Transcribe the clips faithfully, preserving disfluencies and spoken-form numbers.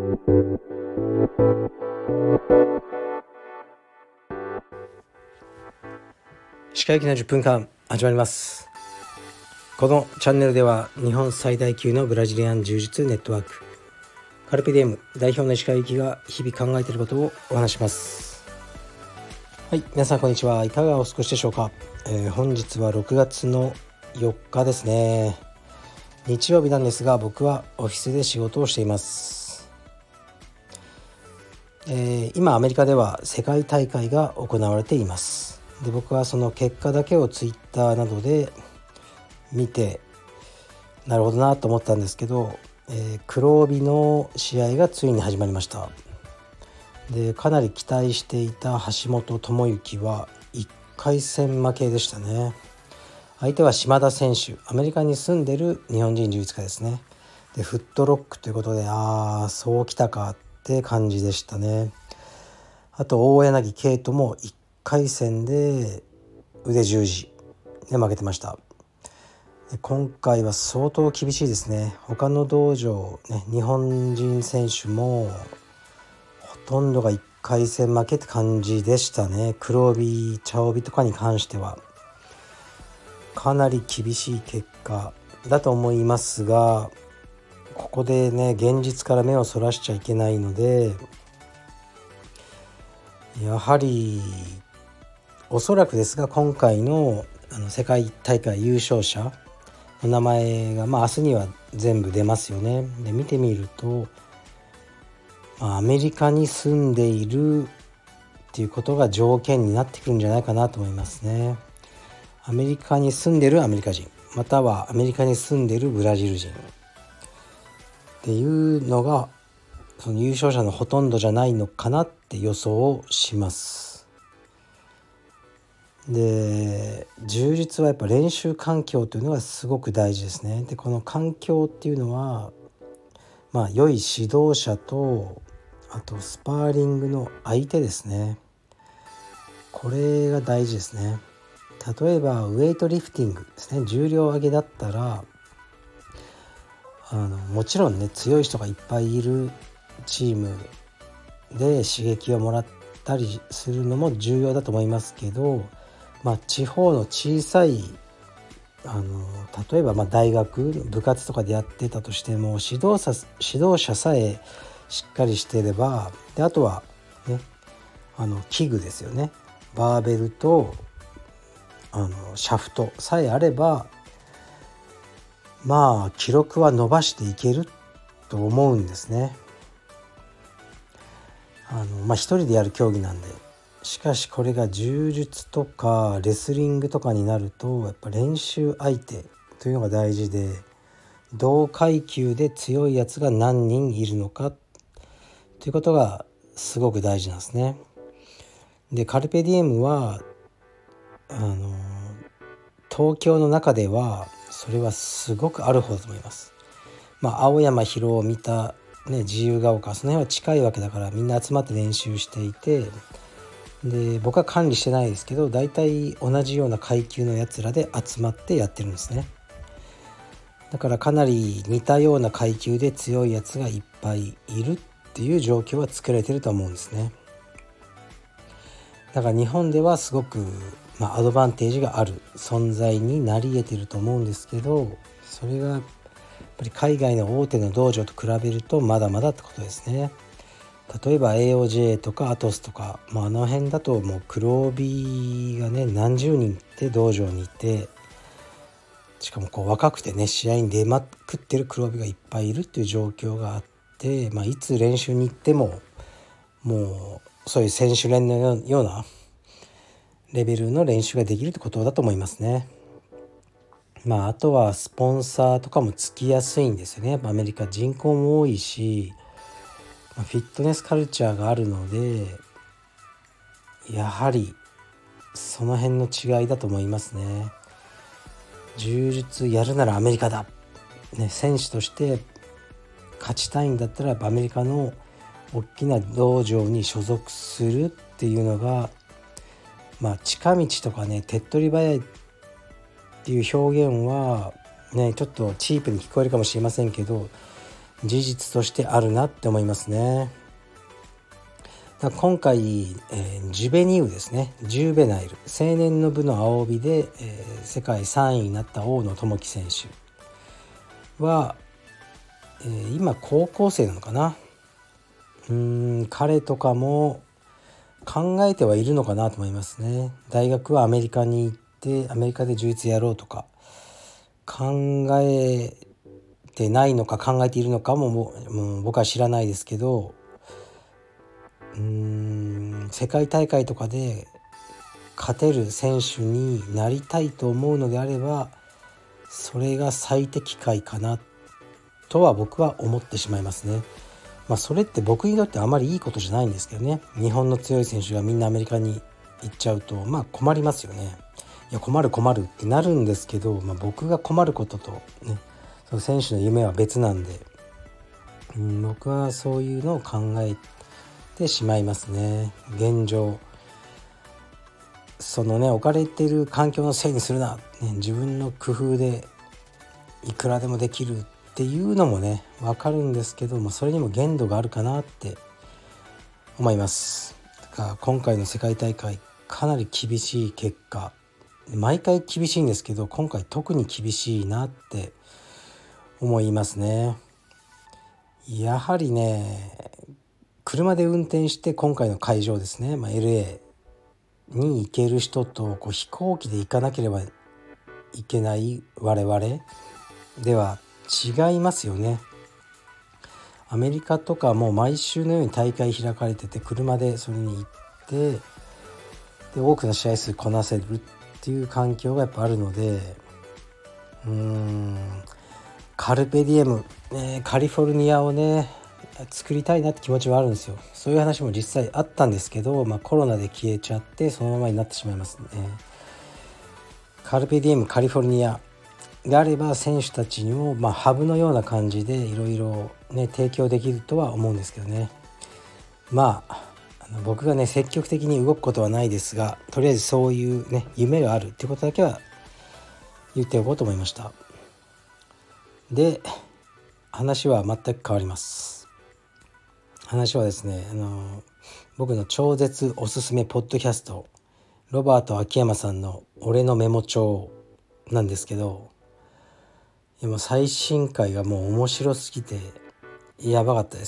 歯科医のじゅっぷんかん始まります。このチャンネルでは日本最大級のブラジリアン柔術ネットワークカルペディエム代表の歯科医が日々考えていることをお話します。はい、皆さんこんにちは。いかがお過ごしでしょうか。えー、本日はろくがつのよっかですね。日曜日なんですが、僕はオフィスで仕事をしています。えー、今アメリカでは世界大会が行われています。で僕はその結果だけをツイッターなどで見てなるほどなと思ったんですけど、えー、黒帯の試合がついに始まりました。でかなり期待していた橋本智之はいっかい戦負けでしたね。相手は島田選手、アメリカに住んでる日本人柔術家ですね。でフットロックということで、ああそうきたかって感じでしたね。あと大柳圭人もいっかい戦で腕十字で負けてました。で今回は相当厳しいですね。他の道場、ね、日本人選手もほとんどがいっかい戦負けって感じでしたね。黒帯茶帯とかに関してはかなり厳しい結果だと思いますが、ここでね現実から目をそらしちゃいけないので、やはりおそらくですが今回のあの世界大会優勝者の名前が、まあ、明日には全部出ますよね。で見てみると、まあ、アメリカに住んでいるっていうことが条件になってくるんじゃないかなと思いますね。アメリカに住んでるアメリカ人、またはアメリカに住んでるブラジル人っていうのがその優勝者のほとんどじゃないのかなって予想をします。で柔術はやっぱ練習環境というのがすごく大事ですね。でこの環境っていうのは、まあ良い指導者と、あとスパーリングの相手ですね。これが大事ですね。例えばウェイトリフティングですね、重量挙げだったらあのもちろんね強い人がいっぱいいるチームで刺激をもらったりするのも重要だと思いますけど、まあ、地方の小さいあの例えばまあ大学部活とかでやってたとしても指導者、指導者さえしっかりしていれば、であとはねあの器具ですよね、バーベルとあのシャフトさえあれば、まあ記録は伸ばしていけると思うんですね。あのまあ一人でやる競技なんで。しかしこれが柔術とかレスリングとかになるとやっぱ練習相手というのが大事で、同階級で強いやつが何人いるのかということがすごく大事なんですね。でカルペディエムはあの東京の中ではそれはすごくある方だと思います。まあ青山広を見た、ね、自由が丘、その辺は近いわけだからみんな集まって練習していて、で僕は管理してないですけど大体同じような階級のやつらで集まってやってるんですね。だからかなり似たような階級で強いやつがいっぱいいるっていう状況は作られてると思うんですね。だから日本ではすごく、まあ、アドバンテージがある存在になり得てると思うんですけど、それがやっぱり海外の大手の道場と比べるとまだまだってことですね。例えば エーオージェー とかアトスとか、まあ、あの辺だともう黒帯がね何十人って道場にいて、しかもこう若くてね試合に出まくってる黒帯がいっぱいいるっていう状況があって、まあ、いつ練習に行ってももうそういう選手連のようなレベルの練習ができるってことだと思いますね。まああとはスポンサーとかもつきやすいんですよね。アメリカ人口も多いしフィットネスカルチャーがあるので、やはりその辺の違いだと思いますね。柔術やるならアメリカだ、ね、選手として勝ちたいんだったらアメリカの大きな道場に所属するっていうのが、まあ近道とかね手っ取り早いっていう表現はねちょっとチープに聞こえるかもしれませんけど、 事実としてあるなって思いますね。だから今回、えー、ジュベニウですねジュベナイル青年の部の青帯で、えー、世界さんいになった大野智樹選手は、えー、今高校生なのかな。うーん彼とかも考えてはいるのかなと思いますね。大学はアメリカに行ってアメリカで柔術やろうとか考えてないのか考えているのかも、もう、もう僕は知らないですけど、うーん世界大会とかで勝てる選手になりたいと思うのであればそれが最適解かなとは僕は思ってしまいますね。まあそれって僕にとってあまりいいことじゃないんですけどね。日本の強い選手がみんなアメリカに行っちゃうとまあ困りますよね。いや困る困るってなるんですけど、まあ、僕が困ることとねその選手の夢は別なんで、うん、僕はそういうのを考えてしまいますね。現状そのね置かれている環境のせいにするな、ね、自分の工夫でいくらでもできるっていうのもね分かるんですけども、それにも限度があるかなって思います。だから今回の世界大会かなり厳しい結果、毎回厳しいんですけど今回特に厳しいなって思いますね。やはりね車で運転して今回の会場ですね、まあ、エルエー に行ける人とこう飛行機で行かなければいけない我々では違いますよね。アメリカとかも毎週のように大会開かれてて車でそれに行ってで多くの試合数こなせるっていう環境がやっぱあるので、うーんカルペディエム、ね、カリフォルニアをね作りたいなって気持ちはあるんですよ。そういう話も実際あったんですけど、まあ、コロナで消えちゃってそのままになってしまいますね。カルペディエムカリフォルニアであれば選手たちにもまあハブのような感じでいろいろね提供できるとは思うんですけどね。まあ、あの僕がね積極的に動くことはないですが、とりあえずそういうね夢があるっていうことだけは言っておこうと思いました。で話は全く変わります。話はですねあの僕の超絶おすすめポッドキャストロバート秋山さんの俺のメモ帳なんですけど、今最新回がもう面白すぎてやばかったです。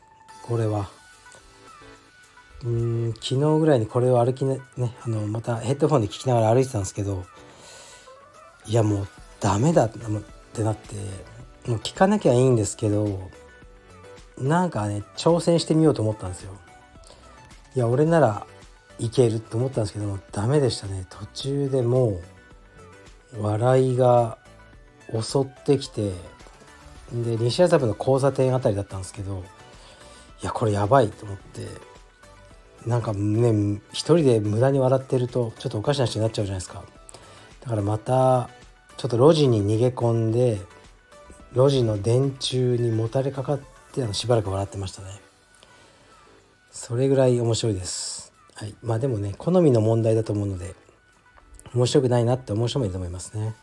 これはうーん昨日ぐらいにこれを歩きね、ねあのまたヘッドフォンで聞きながら歩いてたんですけど、いやもうダメだってなって、もう聞かなきゃいいんですけどなんかね挑戦してみようと思ったんですよ。いや俺ならいけると思ったんですけどもダメでしたね。途中でもう笑いが襲ってきて、で西麻布の交差点あたりだったんですけど、いやこれやばいと思って、なんかね一人で無駄に笑ってるとちょっとおかしな人になっちゃうじゃないですか。だからまたちょっと路地に逃げ込んで路地の電柱にもたれかかってあのしばらく笑ってましたね。それぐらい面白いです。はい、まあでもね好みの問題だと思うので面白くないなって思う人もいると思いますね。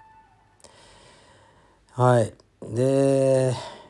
はい。で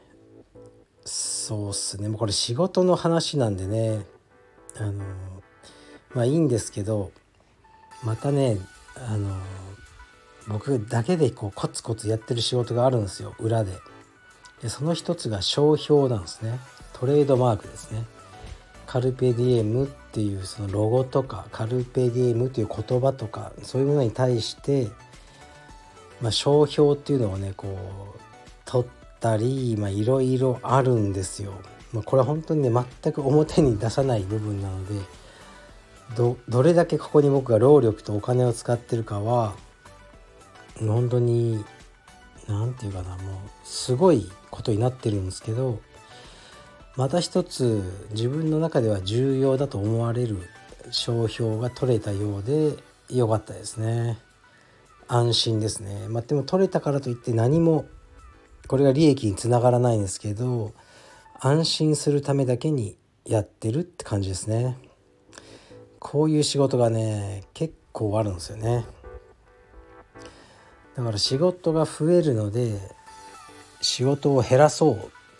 そうっすねもうこれ仕事の話なんでねあのまあいいんですけど、またねあの僕だけでこうコツコツやってる仕事があるんですよ裏で。でその一つが商標なんですね。トレードマークですね。カルペディエムっていうそのロゴとかカルペディエムという言葉とかそういうものに対して、まあ、商標っていうのをねこう取ったりまあいろいろあるんですよ。まあ、これは本当にね全く表に出さない部分なので ど, どれだけここに僕が労力とお金を使ってるかは本当になんていうかなもうすごいことになってるんですけど、また一つ自分の中では重要だと思われる商標が取れたようで良かったですね。安心ですね。まあ、でも取れたからといって何もこれが利益につながらないんですけど安心するためだけにやってるって感じですね。こういう仕事がね結構あるんですよね。だから仕事が増えるので仕事を減らそうっ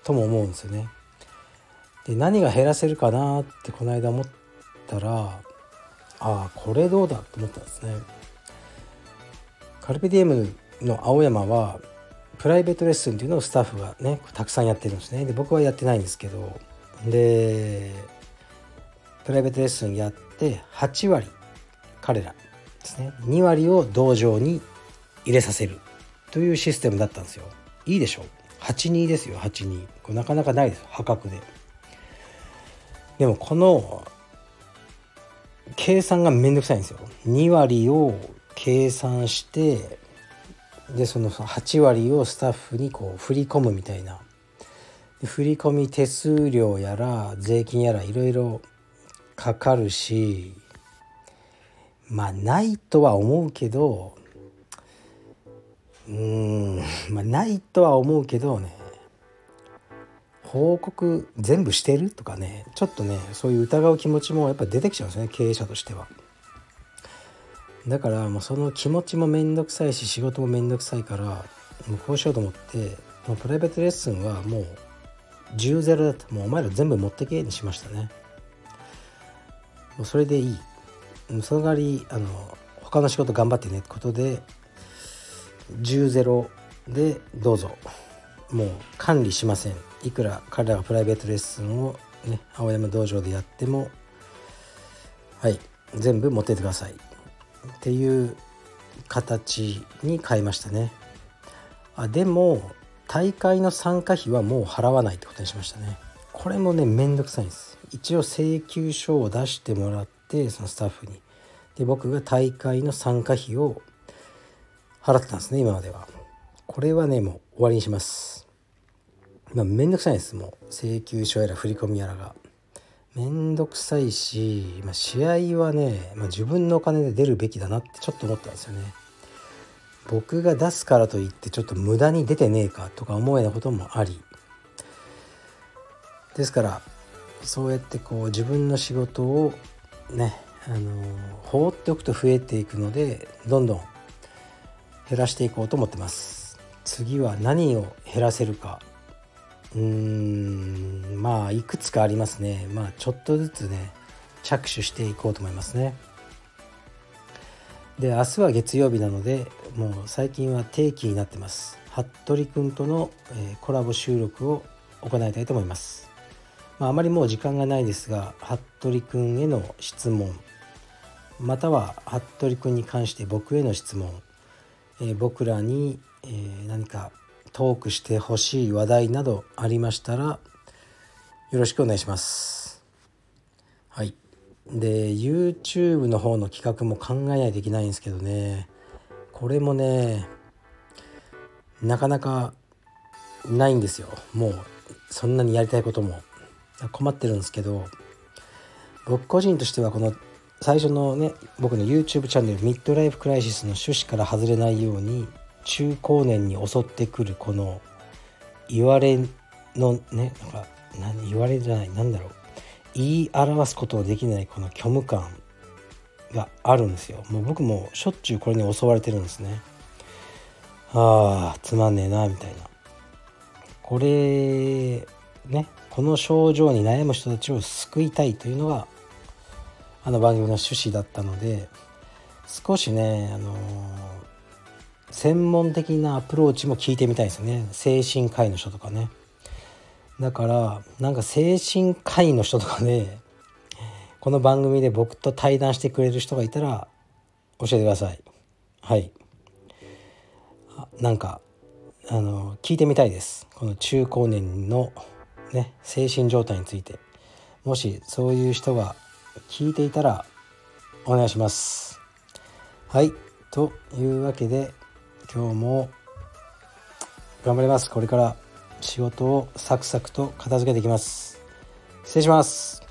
とも思うんですよね。で何が減らせるかなってこの間思ったら、ああこれどうだと思ったんですね。カルペディエムの青山はプライベートレッスンっていうのをスタッフがねたくさんやってるんですね。で僕はやってないんですけど、でプライベートレッスンやってはちわり彼らですね、にわりを道場に入れさせるというシステムだったんですよ。いいでしょう。はちにですよ。はちにこれなかなかないです、破格で。でもこの計算がめんどくさいんですよ。にわりを計算して、でそのはちわりをスタッフにこう振り込むみたいな、振り込み手数料やら税金やらいろいろかかるし、まあないとは思うけどうーんまあないとは思うけどね、報告全部してるとかね、ちょっとねそういう疑う気持ちもやっぱ出てきちゃうんですね、経営者としては。だからもうその気持ちもめんどくさいし仕事もめんどくさいから、もうこうしようと思って、もうプライベートレッスンはもうじゅうゼロだと、もうお前ら全部持ってけにしましたね。もうそれでいい。その代わりあの他の仕事頑張ってねってことでじゅうゼロでどうぞ、もう管理しません。いくら彼らがプライベートレッスンをね青山道場でやっても、はい全部持ってってくださいっていう形に変えましたね。あでも大会の参加費はもう払わないってことにしましたね。これもねめんどくさいんです。一応請求書を出してもらって、そのスタッフにで僕が大会の参加費を払ってたんですね今までは。これはねもう終わりにします。まあめんどくさいです。もう請求書やら振り込みやらがめんどくさいし、まあ、試合はね、まあ、自分のお金で出るべきだなってちょっと思ったんですよね。僕が出すからといってちょっと無駄に出てねえかとか思うようなこともあり、ですからそうやってこう自分の仕事をね、あの放っておくと増えていくので、どんどん減らしていこうと思ってます。次は何を減らせるか、うーんまあいくつかありますね。まあちょっとずつね着手していこうと思いますね。で明日は月曜日なので、もう最近は定期になってます。服部くんとの、えー、コラボ収録を行いたいと思います。まあ、あまりもう時間がないですが、服部くんへの質問、または服部くんに関して僕への質問、えー、僕らに、えー、何かトークしてほしい話題などありましたらよろしくお願いします。はい。で YouTube の方の企画も考えないといけないんですけどね、これもねなかなかないんですよ。もうそんなにやりたいことも困ってるんですけど、僕個人としてはこの最初のね僕の YouTube チャンネルミッドライフクライシスの趣旨から外れないように、中高年に襲ってくるこの言われのね、なんか何言われじゃないなんだろう言い表すことのできないこの虚無感があるんですよ。もう僕もしょっちゅうこれに襲われてるんですね。あーつまんねえなみたいな。これね、この症状に悩む人たちを救いたいというのがあの番組の趣旨だったので、少しね、あのー、専門的なアプローチも聞いてみたいですよね。精神科医の人とかね。だからなんか精神科医の人とかでこの番組で僕と対談してくれる人がいたら教えてください。はい。なんかあの聞いてみたいです。この中高年のね精神状態について、もしそういう人が聞いていたらお願いします。はい、というわけで今日も頑張ります。これから仕事をサクサクと片付けていきます。失礼します。